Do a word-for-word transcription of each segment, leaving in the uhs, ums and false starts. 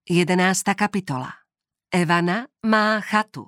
Jedenásta kapitola. Evana má chatu.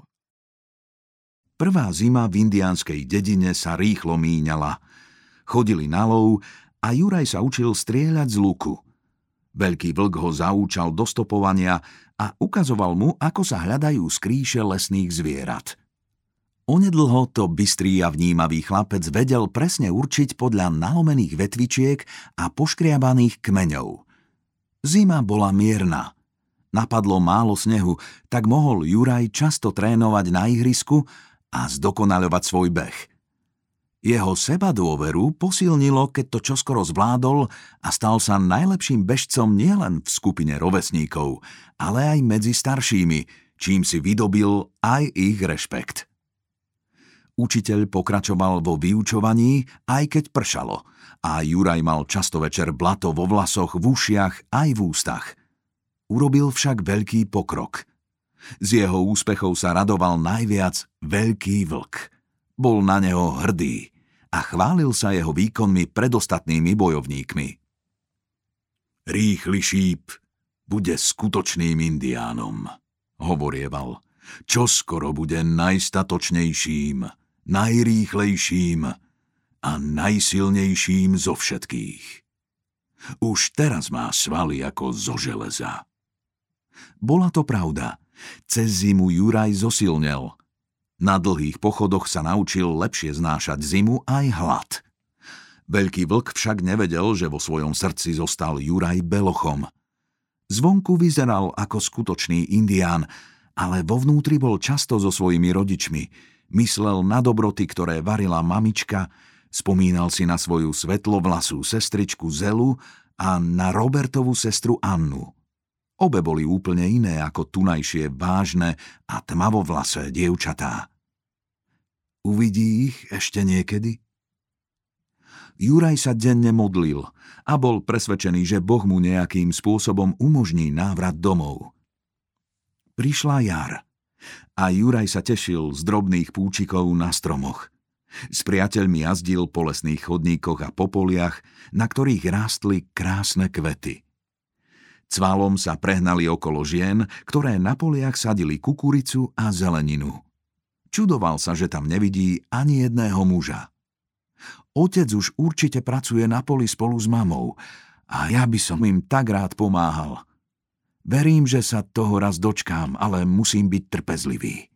Prvá zima v indiánskej dedine sa rýchlo míňala. Chodili na lov a Juraj sa učil strieľať z luku. Veľký vlk ho zaúčal do stopovania a ukazoval mu, ako sa hľadajú skríše lesných zvierat. Onedlho to bystrý a vnímavý chlapec vedel presne určiť podľa nalomených vetvičiek a poškriabaných kmeňov. Zima bola mierna. Napadlo málo snehu, tak mohol Juraj často trénovať na ihrisku a zdokonaľovať svoj beh. Jeho sebadôveru posilnilo, keď to čoskoro zvládol a stal sa najlepším bežcom nielen v skupine rovesníkov, ale aj medzi staršími, čím si vydobil aj ich rešpekt. Učiteľ pokračoval vo vyučovaní, aj keď pršalo, a Juraj mal často večer blato vo vlasoch, v ušiach aj v ústach. Urobil však veľký pokrok. Z jeho úspechov sa radoval najviac Veľký vlk. Bol na neho hrdý a chválil sa jeho výkonmi pred ostatnými bojovníkmi. Rýchly šíp bude skutočným indiánom, hovorieval. Čoskoro bude najstatočnejším, najrýchlejším a najsilnejším zo všetkých. Už teraz má svaly ako zo železa. Bola to pravda. Cez zimu Juraj zosilnel. Na dlhých pochodoch sa naučil lepšie znášať zimu aj hlad. Veľký vlk však nevedel, že vo svojom srdci zostal Juraj belochom. Zvonku vyzeral ako skutočný indián, ale vo vnútri bol často so svojimi rodičmi. Myslel na dobroty, ktoré varila mamička, spomínal si na svoju svetlovlasú sestričku Zelu a na Robertovú sestru Annu. Obe boli úplne iné ako tunajšie vážne a tmavovlasé dievčatá. Uvidí ich ešte niekedy? Juraj sa denne modlil a bol presvedčený, že Boh mu nejakým spôsobom umožní návrat domov. Prišla jar a Juraj sa tešil z drobných púčikov na stromoch. S priateľmi jazdil po lesných chodníkoch a po poliach, na ktorých rástli krásne kvety. Cvalom sa prehnali okolo žien, ktoré na poliach sadili kukuricu a zeleninu. Čudoval sa, že tam nevidí ani jedného muža. Otec už určite pracuje na poli spolu s mamou a ja by som im tak rád pomáhal. Verím, že sa toho raz dočkám, ale musím byť trpezlivý.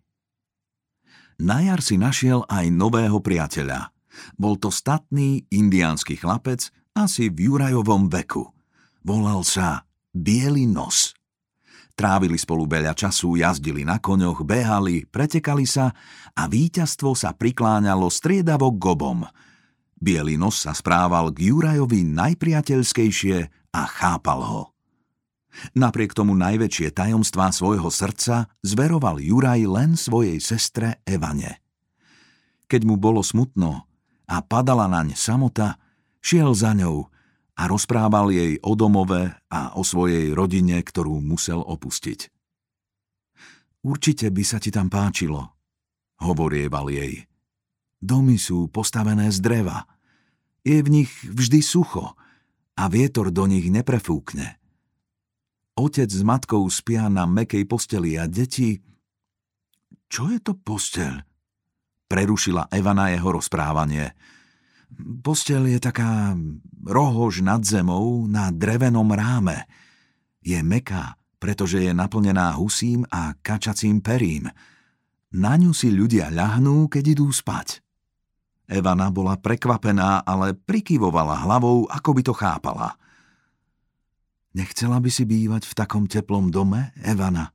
Na jar si našiel aj nového priateľa. Bol to statný indiánsky chlapec, asi v Jurajovom veku. Volal sa Biely nos. Trávili spolu veľa času, jazdili na koňoch, behali, pretekali sa a víťazstvo sa prikláňalo striedavo k obom. Biely nos sa správal k Jurajovi najpriateľskejšie a chápal ho. Napriek tomu najväčšie tajomstvá svojho srdca zveroval Juraj len svojej sestre Evane. Keď mu bolo smutno a padala naň samota, šiel za ňou a rozprával jej o domove a o svojej rodine, ktorú musel opustiť. Určite by sa ti tam páčilo, hovorieval jej. Domy sú postavené z dreva. Je v nich vždy sucho a vietor do nich neprefúkne. Otec s matkou spia na mäkkej posteli a deti... Čo je to posteľ? Prerušila Evana jeho rozprávanie. Posteľ je taká rohož nad zemou na drevenom ráme. Je mäkká, pretože je naplnená husím a kačacím perím. Na ňu si ľudia ľahnú, keď idú spať. Evana bola prekvapená, ale prikyvovala hlavou, ako by to chápala. Nechcela by si bývať v takom teplom dome, Evana?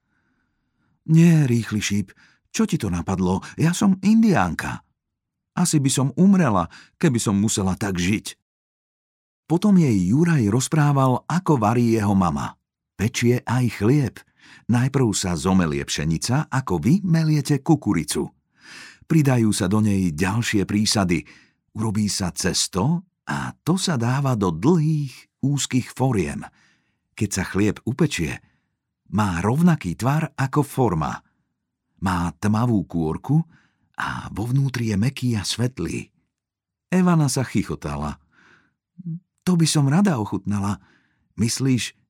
Nie, rýchly šíp, čo ti to napadlo? Ja som indiánka. Asi by som umrela, keby som musela tak žiť. Potom jej Juraj rozprával, ako varí jeho mama. Pečie aj chlieb. Najprv sa zomelie pšenica, ako vy meliete kukuricu. Pridajú sa do nej ďalšie prísady. Urobí sa cesto a to sa dáva do dlhých, úzkych foriem. Keď sa chlieb upečie, má rovnaký tvar ako forma. Má tmavú kôrku a vo vnútri je mäkký a svetlý. Evana sa chichotala. To by som rada ochutnala. Myslíš,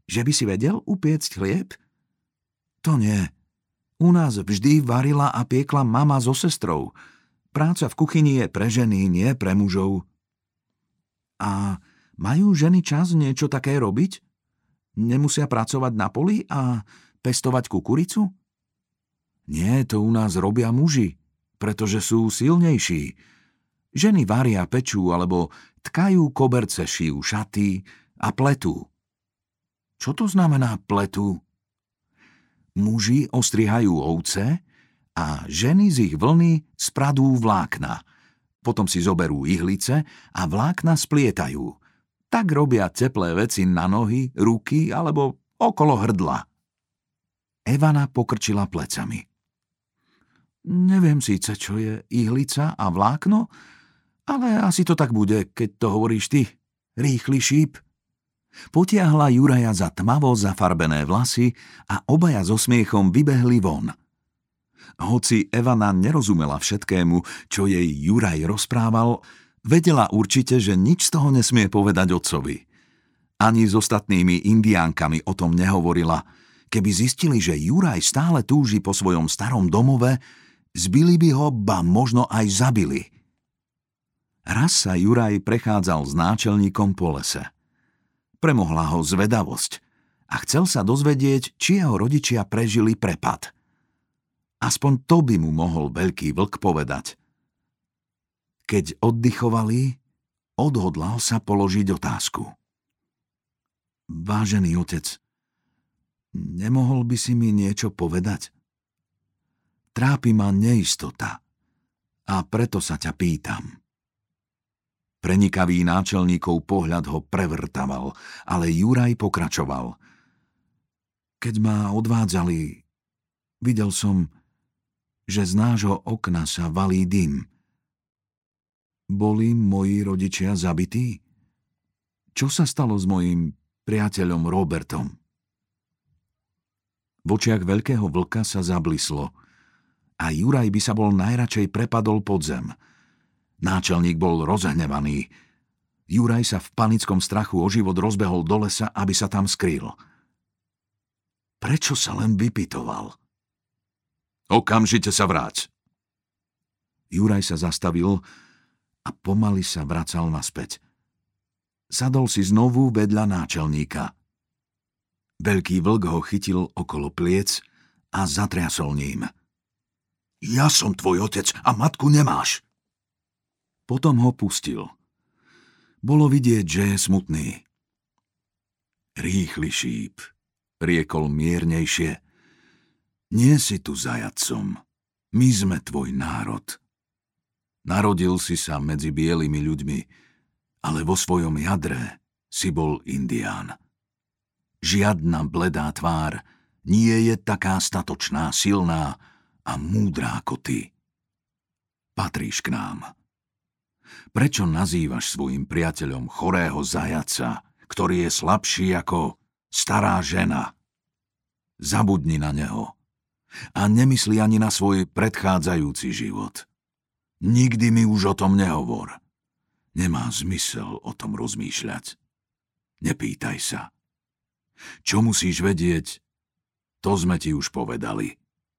Že by si vedel upiecť chlieb? To nie. U nás vždy varila a piekla mama so sestrou. Práca v kuchyni je pre ženy, nie pre mužov. A majú ženy čas niečo také robiť? Nemusia pracovať na poli a pestovať kukuricu? Nie, to u nás robia muži, pretože sú silnejší. Ženy varia, pečú alebo tkajú koberce, šijú šaty a pletú. Čo to znamená pletú? Muži ostrihajú ovce a ženy z ich vlny spradú vlákna. Potom si zoberú ihlice a vlákna splietajú. Tak robia teplé veci na nohy, ruky alebo okolo hrdla. Evana pokrčila plecami. Neviem síce, čo je ihlica a vlákno, ale asi to tak bude, keď to hovoríš ty, rýchly šíp. Potiahla Juraja za tmavo zafarbené vlasy a obaja so smiechom vybehli von. Hoci Evana nerozumela všetkému, čo jej Juraj rozprával, vedela určite, že nič z toho nesmie povedať otcovi. Ani s ostatnými indiánkami o tom nehovorila. Keby zistili, že Juraj stále túži po svojom starom domove, zbili by ho, ba možno aj zabili. Raz sa Juraj prechádzal s náčelníkom po lese. Premohla ho zvedavosť a chcel sa dozvedieť, či jeho rodičia prežili prepad. Aspoň to by mu mohol veľký vlk povedať. Keď oddychovali, odhodlal sa položiť otázku. Vážený otec, nemohol by si mi niečo povedať? Trápi ma neistota a preto sa ťa pýtam. Prenikavý náčelníkov pohľad ho prevrtaval, ale Juraj pokračoval. Keď ma odvádzali, videl som, že z nášho okna sa valí dym. Boli moji rodičia zabití? Čo sa stalo s mojím priateľom Robertom? V očiach veľkého vlka sa zablislo a Juraj by sa bol najradšej prepadol pod zem. Náčelník bol rozhnevaný. Juraj sa v panickom strachu o život rozbehol do lesa, aby sa tam skrýl. Prečo sa len vypytoval? Okamžite sa vráť. Juraj sa zastavil a pomaly sa vracal naspäť. Sadol si znovu vedľa náčelníka. Veľký vlk ho chytil okolo pliec a zatriasol ním. Ja som tvoj otec a matku nemáš. Potom ho pustil. Bolo vidieť, že je smutný. Rýchly šíp, riekol miernejšie. Nie si tu zajatcom, my sme tvoj národ. Narodil si sa medzi bielými ľuďmi, ale vo svojom jadre si bol indián. Žiadna bledá tvár nie je taká statočná, silná a múdrá ako ty. Patríš k nám. Prečo nazývaš svojim priateľom chorého zajaca, ktorý je slabší ako stará žena? Zabudni na neho a nemysli ani na svoj predchádzajúci život. Nikdy mi už o tom nehovor. Nemá zmysel o tom rozmýšľať. Nepýtaj sa. Čo musíš vedieť, to sme ti už povedali.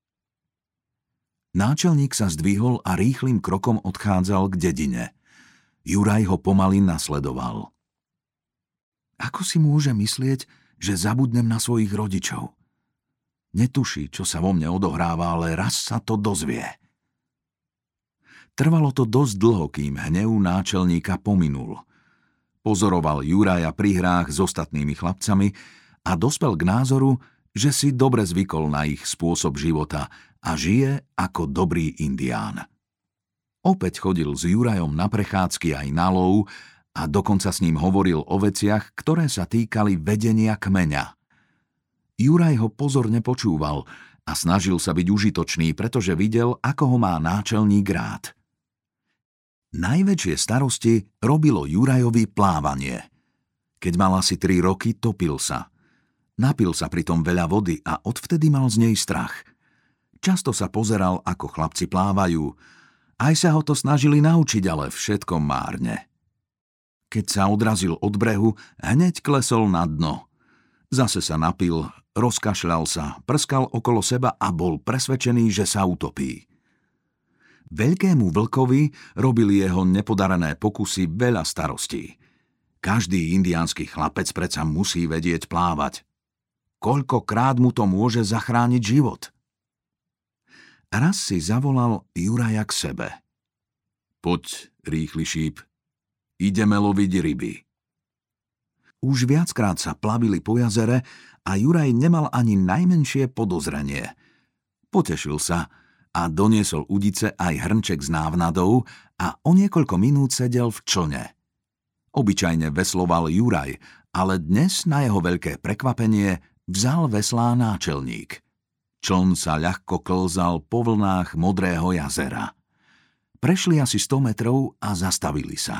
Náčelník sa zdvihol a rýchlym krokom odchádzal k dedine. Juraj ho pomaly nasledoval. Ako si môže myslieť, že zabudnem na svojich rodičov? Netuší, čo sa vo mne odohráva, ale raz sa to dozvie. Trvalo to dosť dlho, kým hnev náčelníka pominul. Pozoroval Juraja pri hrách s ostatnými chlapcami a dospel k názoru, že si dobre zvykol na ich spôsob života a žije ako dobrý indián. Opäť chodil s Jurajom na prechádzky aj na lov a dokonca s ním hovoril o veciach, ktoré sa týkali vedenia kmeňa. Juraj ho pozorne počúval a snažil sa byť užitočný, pretože videl, ako ho má náčelník rád. Najväčšie starosti robilo Jurajovi plávanie. Keď mal asi tri roky, topil sa. Napil sa pritom veľa vody a odvtedy mal z nej strach. Často sa pozeral, ako chlapci plávajú. Aj sa ho to snažili naučiť, ale všetko márne. Keď sa odrazil od brehu, hneď klesol na dno. Zase sa napil, rozkašľal sa, prskal okolo seba a bol presvedčený, že sa utopí. Veľkému vlkovi robili jeho nepodarené pokusy veľa starostí. Každý indiánsky chlapec predsa musí vedieť plávať. Koľkokrát mu to môže zachrániť život? Raz si zavolal Juraja k sebe. Poď, rýchly šíp, ideme loviť ryby. Už viackrát sa plavili po jazere a Juraj nemal ani najmenšie podozrenie. Potešil sa a doniesol udice aj hrnček s návnadou a o niekoľko minút sedel v člne. Obyčajne vesloval Juraj, ale dnes na jeho veľké prekvapenie vzal veslá náčelník. Čln sa ľahko klzal po vlnách modrého jazera. Prešli asi sto metrov a zastavili sa.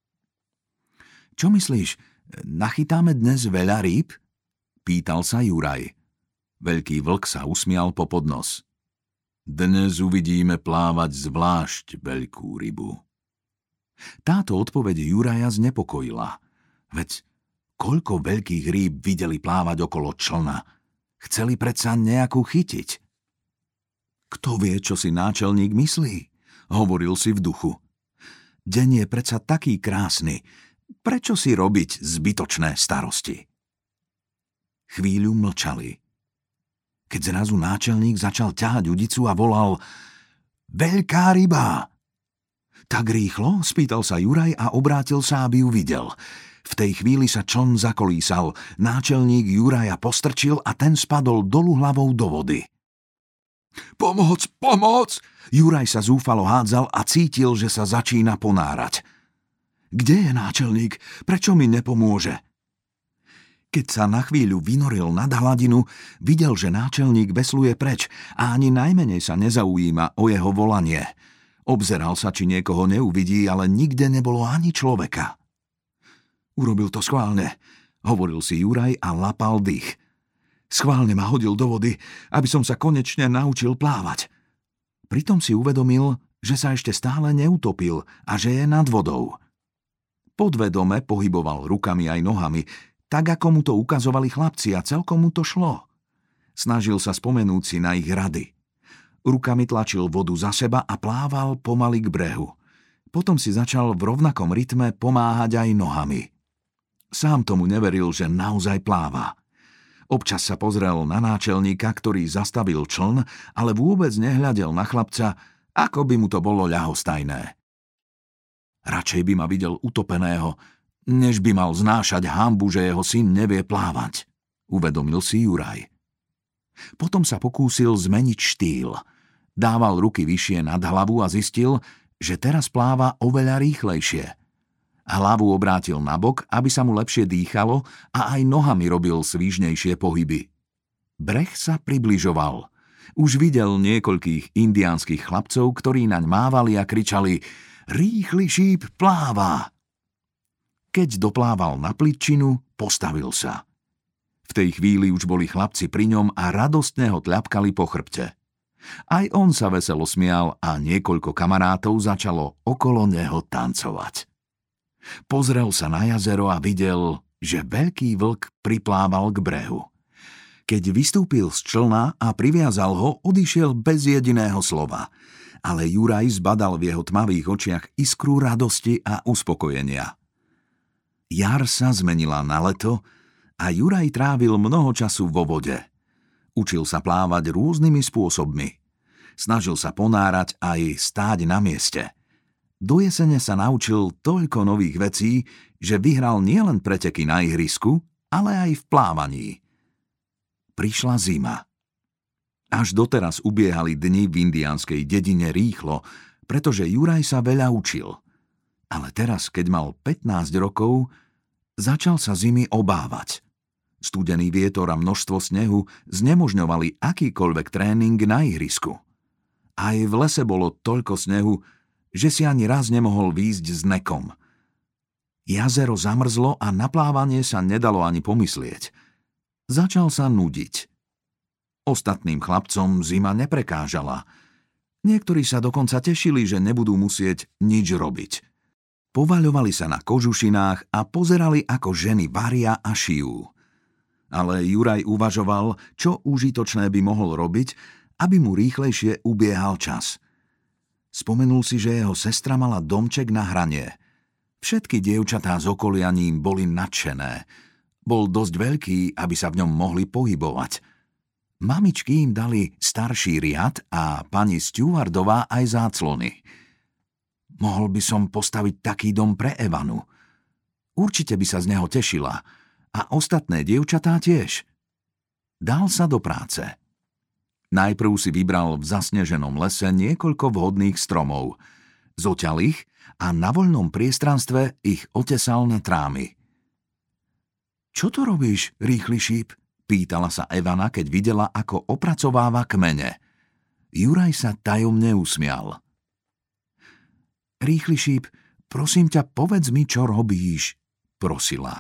Čo myslíš, nachytáme dnes veľa rýb? Pýtal sa Juraj. Veľký vlk sa usmial po podnos. Dnes uvidíme plávať zvlášť veľkú rybu. Táto odpoveď Juraja znepokojila. Veď koľko veľkých rýb videli plávať okolo člna? Chceli predsa nejakú chytiť. Kto vie, čo si náčelník myslí? Hovoril si v duchu. Deň je predsa taký krásny. Prečo si robiť zbytočné starosti? Chvíľu mlčali. Keď zrazu náčelník začal ťahať udicu a volal Veľká ryba! Tak rýchlo? Spýtal sa Juraj a obrátil sa, aby ju videl. V tej chvíli sa čln zakolísal, náčelník Juraja postrčil a ten spadol dolu hlavou do vody. Pomoc, pomoc! Juraj sa zúfalo hádzal a cítil, že sa začína ponárať. Kde je náčelník? Prečo mi nepomôže? Keď sa na chvíľu vynoril nad hladinu, videl, že náčelník vesluje preč a ani najmenej sa nezaujíma o jeho volanie. Obzeral sa, či niekoho neuvidí, ale nikde nebolo ani človeka. Urobil to schválne, hovoril si Juraj a lapal dých. Schválne ma hodil do vody, aby som sa konečne naučil plávať. Pritom si uvedomil, že sa ešte stále neutopil a že je nad vodou. Podvedome pohyboval rukami aj nohami, tak ako mu to ukazovali chlapci a celkom mu to šlo. Snažil sa spomenúť si na ich rady. Rukami tlačil vodu za seba a plával pomaly k brehu. Potom si začal v rovnakom rytme pomáhať aj nohami. Sám tomu neveril, že naozaj pláva. Občas sa pozrel na náčelníka, ktorý zastavil čln, ale vôbec nehľadel na chlapca, ako by mu to bolo ľahostajné. Radšej by ma videl utopeného, než by mal znášať hanbu, že jeho syn nevie plávať, uvedomil si Juraj. Potom sa pokúsil zmeniť štýl. Dával ruky vyššie nad hlavu a zistil, že teraz pláva oveľa rýchlejšie. Hlavu obrátil nabok, aby sa mu lepšie dýchalo a aj nohami robil svížnejšie pohyby. Breh sa približoval. Už videl niekoľkých indiánskych chlapcov, ktorí naň mávali a kričali Rýchly šíp pláva! Keď doplával na pličinu, postavil sa. V tej chvíli už boli chlapci pri ňom a radostne ho tľapkali po chrbte. Aj on sa veselo smial a niekoľko kamarátov začalo okolo neho tancovať. Pozrel sa na jazero a videl, že veľký vlk priplával k brehu. Keď vystúpil z člna a priviazal ho, odišiel bez jediného slova. Ale Juraj zbadal v jeho tmavých očiach iskru radosti a uspokojenia. Jar sa zmenila na leto a Juraj trávil mnoho času vo vode. Učil sa plávať rôznymi spôsobmi. Snažil sa ponárať aj stáť na mieste. Do jesene sa naučil toľko nových vecí, že vyhral nielen preteky na ihrisku, ale aj v plávaní. Prišla zima. Až doteraz ubiehali dni v indiánskej dedine rýchlo, pretože Juraj sa veľa učil. Ale teraz, keď mal pätnásť rokov, začal sa zimy obávať. Studený vietor a množstvo snehu znemožňovali akýkoľvek tréning na ihrisku. Aj v lese bolo toľko snehu, že si ani raz nemohol výjsť s nekom. Jazero zamrzlo a na plávanie sa nedalo ani pomyslieť. Začal sa nudiť. Ostatným chlapcom zima neprekážala. Niektorí sa dokonca tešili, že nebudú musieť nič robiť. Povaľovali sa na kožušinách a pozerali, ako ženy varia a šijú. Ale Juraj uvažoval, čo užitočné by mohol robiť, aby mu rýchlejšie ubiehal čas. Spomenul si, že jeho sestra mala domček na hranie. Všetky dievčatá z okolia ním boli nadšené. Bol dosť veľký, aby sa v ňom mohli pohybovať. Mamičky im dali starší riad a pani Stewardová aj záclony. Mohol by som postaviť taký dom pre Evanu. Určite by sa z neho tešila. A ostatné dievčatá tiež. Dal sa do práce. Najprv si vybral v zasneženom lese niekoľko vhodných stromov. Zoťal ich a na voľnom priestranstve ich otesal na trámy. Čo to robíš, rýchly šíp? Pýtala sa Evana, keď videla, ako opracováva kmene. Juraj sa tajomne usmial. Rýchly šíp, prosím ťa, povedz mi, čo robíš, prosila.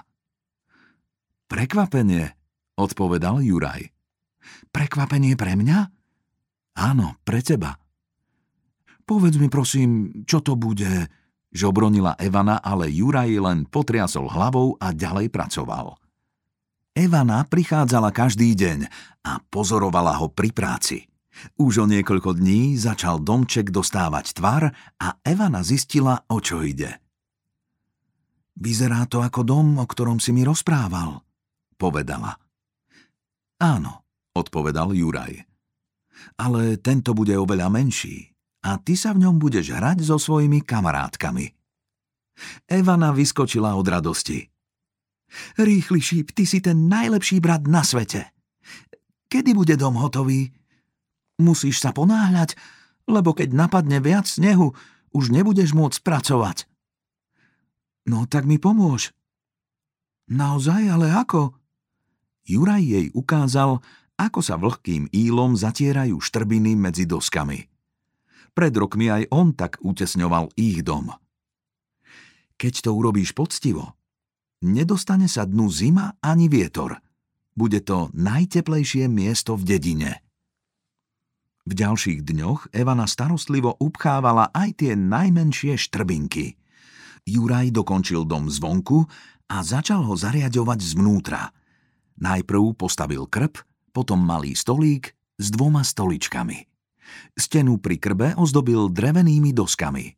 Prekvapenie, odpovedal Juraj. Prekvapenie pre mňa? Áno, pre teba. Povedz mi prosím, čo to bude, žobronila Evana, ale Juraj len potriasol hlavou a ďalej pracoval. Evana prichádzala každý deň a pozorovala ho pri práci. Už o niekoľko dní začal domček dostávať tvar a Evana zistila, o čo ide. Vyzerá to ako dom, o ktorom si mi rozprával, povedala. Áno, odpovedal Juraj. Ale tento bude oveľa menší a ty sa v ňom budeš hrať so svojimi kamarátkami. Evana vyskočila od radosti. Rýchly šíp, ty si ten najlepší brat na svete. Kedy bude dom hotový? Musíš sa ponáhľať, lebo keď napadne viac snehu, už nebudeš môcť pracovať. No tak mi pomôž. Naozaj, ale ako? Juraj jej ukázal, ako sa vlhkým ílom zatierajú štrbiny medzi doskami. Pred rokmi aj on tak utesňoval ich dom. Keď to urobíš poctivo, nedostane sa dnu zima ani vietor. Bude to najteplejšie miesto v dedine. V ďalších dňoch Evana starostlivo upchávala aj tie najmenšie štrbinky. Juraj dokončil dom zvonku a začal ho zariaďovať zvnútra. Najprv postavil krb, potom malý stolík s dvoma stoličkami. Stenu pri krbe ozdobil drevenými doskami.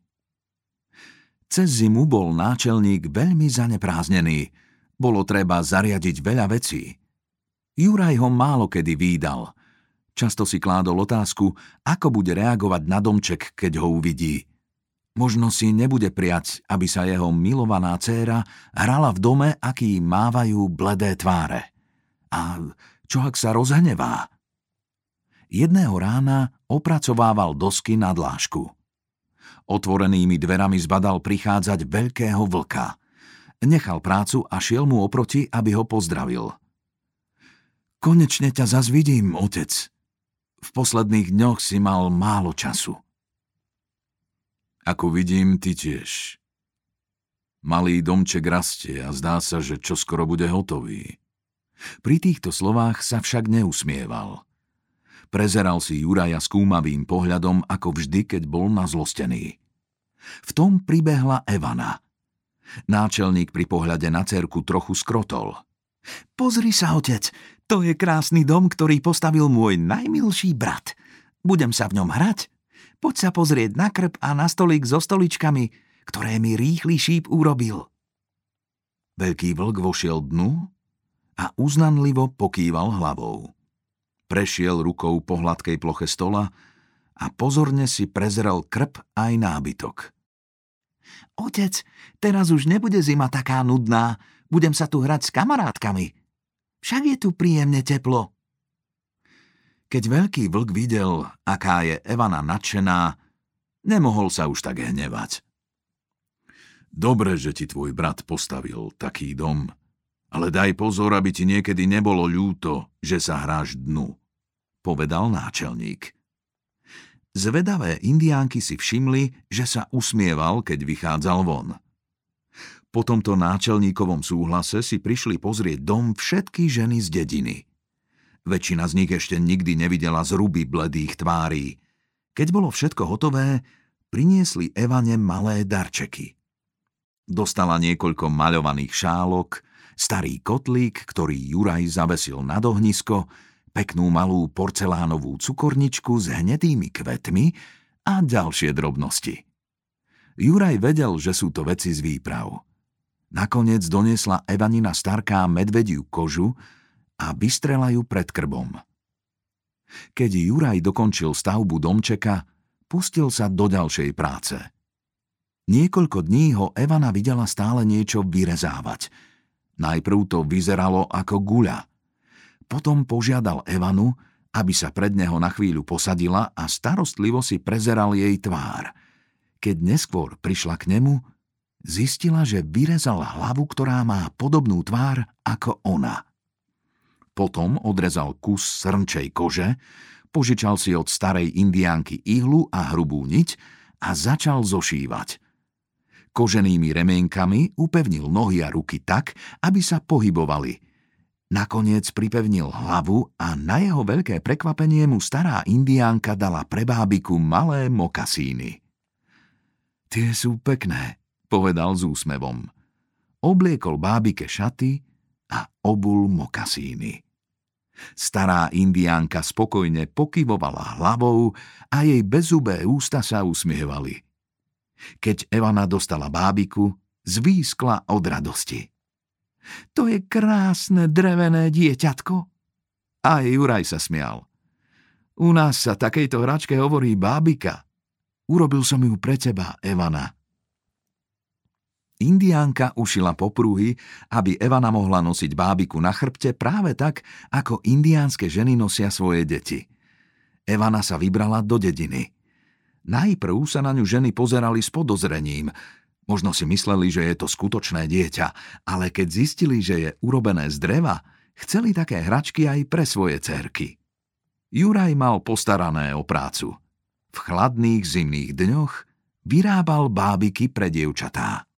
Cez zimu bol náčelník veľmi zanepráznený. Bolo treba zariadiť veľa vecí. Juraj ho málo kedy vídal. Často si kládol otázku, ako bude reagovať na domček, keď ho uvidí. Možno si nebude prijať, aby sa jeho milovaná dcéra hrala v dome, aký mávajú bledé tváre. A čo ak sa rozhnevá? Jedného rána opracovával dosky na dlášku. Otvorenými dverami zbadal prichádzať veľkého vlka. Nechal prácu a šiel mu oproti, aby ho pozdravil. Konečne ťa zas vidím, otec. V posledných dňoch si mal málo času. Ako vidím, ty tiež. Malý domček rastie a zdá sa, že čoskoro bude hotový. Pri týchto slovách sa však neusmieval. Prezeral si Juraja skúmavým pohľadom, ako vždy, keď bol nazlostený. V tom pribehla Evana. Náčelník pri pohľade na dcérku trochu skrotol. Pozri sa, otec, to je krásny dom, ktorý postavil môj najmilší brat. Budem sa v ňom hrať? Poď sa pozrieť na krb a na stolík so stoličkami, ktoré mi rýchly šíp urobil. Veľký vlk vošiel dnu a uznanlivo pokýval hlavou. Prešiel rukou po hladkej ploche stola a pozorne si prezrel krb aj nábytok. Otec, teraz už nebude zima taká nudná, budem sa tu hrať s kamarátkami. Však je tu príjemne teplo. Keď veľký vlk videl, aká je Evana nadšená, nemohol sa už tak hnevať. Dobre, že ti tvoj brat postavil taký dom, ale daj pozor, aby ti niekedy nebolo ľúto, že sa hráš dnu, povedal náčelník. Zvedavé indiánky si všimli, že sa usmieval, keď vychádzal von. Po tomto náčelníkovom súhlase si prišli pozrieť dom všetky ženy z dediny. Väčšina z nich ešte nikdy nevidela zruby bledých tvárí. Keď bolo všetko hotové, priniesli Evane malé darčeky. Dostala niekoľko maľovaných šálok, starý kotlík, ktorý Juraj zavesil nad ohnisko, peknú malú porcelánovú cukorničku s hnedými kvetmi a ďalšie drobnosti. Juraj vedel, že sú to veci z výprav. Nakoniec doniesla Evanina starká medvediu kožu a vystrela ju pred krbom. Keď Juraj dokončil stavbu domčeka, pustil sa do ďalšej práce. Niekoľko dní ho Evana videla stále niečo vyrezávať. Najprv to vyzeralo ako guľa. Potom požiadal Evanu, aby sa pred neho na chvíľu posadila a starostlivo si prezeral jej tvár. Keď neskôr prišla k nemu, zistila, že vyrezal hlavu, ktorá má podobnú tvár ako ona. Potom odrezal kus srnčej kože, požičal si od starej indiánky ihlu a hrubú niť a začal zošívať. Koženými remienkami upevnil nohy a ruky tak, aby sa pohybovali. Nakoniec pripevnil hlavu a na jeho veľké prekvapenie mu stará indiánka dala pre bábiku malé mokasíny. Tie sú pekné, povedal s úsmevom. Obliekol bábike šaty a obul mokasíny. Stará indiánka spokojne pokyvovala hlavou a jej bezzubé ústa sa usmievali. Keď Evana dostala bábiku, zvýskla od radosti. To je krásne drevené dieťatko. A Juraj sa smial. U nás sa takejto hračke hovorí bábika. Urobil som ju pre teba, Evana. Indiánka ušila popruhy, aby Evana mohla nosiť bábiku na chrbte práve tak, ako indiánske ženy nosia svoje deti. Evana sa vybrala do dediny. Najprv sa na ňu ženy pozerali s podozrením. Možno si mysleli, že je to skutočné dieťa, ale keď zistili, že je urobené z dreva, chceli také hračky aj pre svoje dcérky. Juraj mal postarané o prácu. V chladných zimných dňoch vyrábal bábiky pre dievčatá.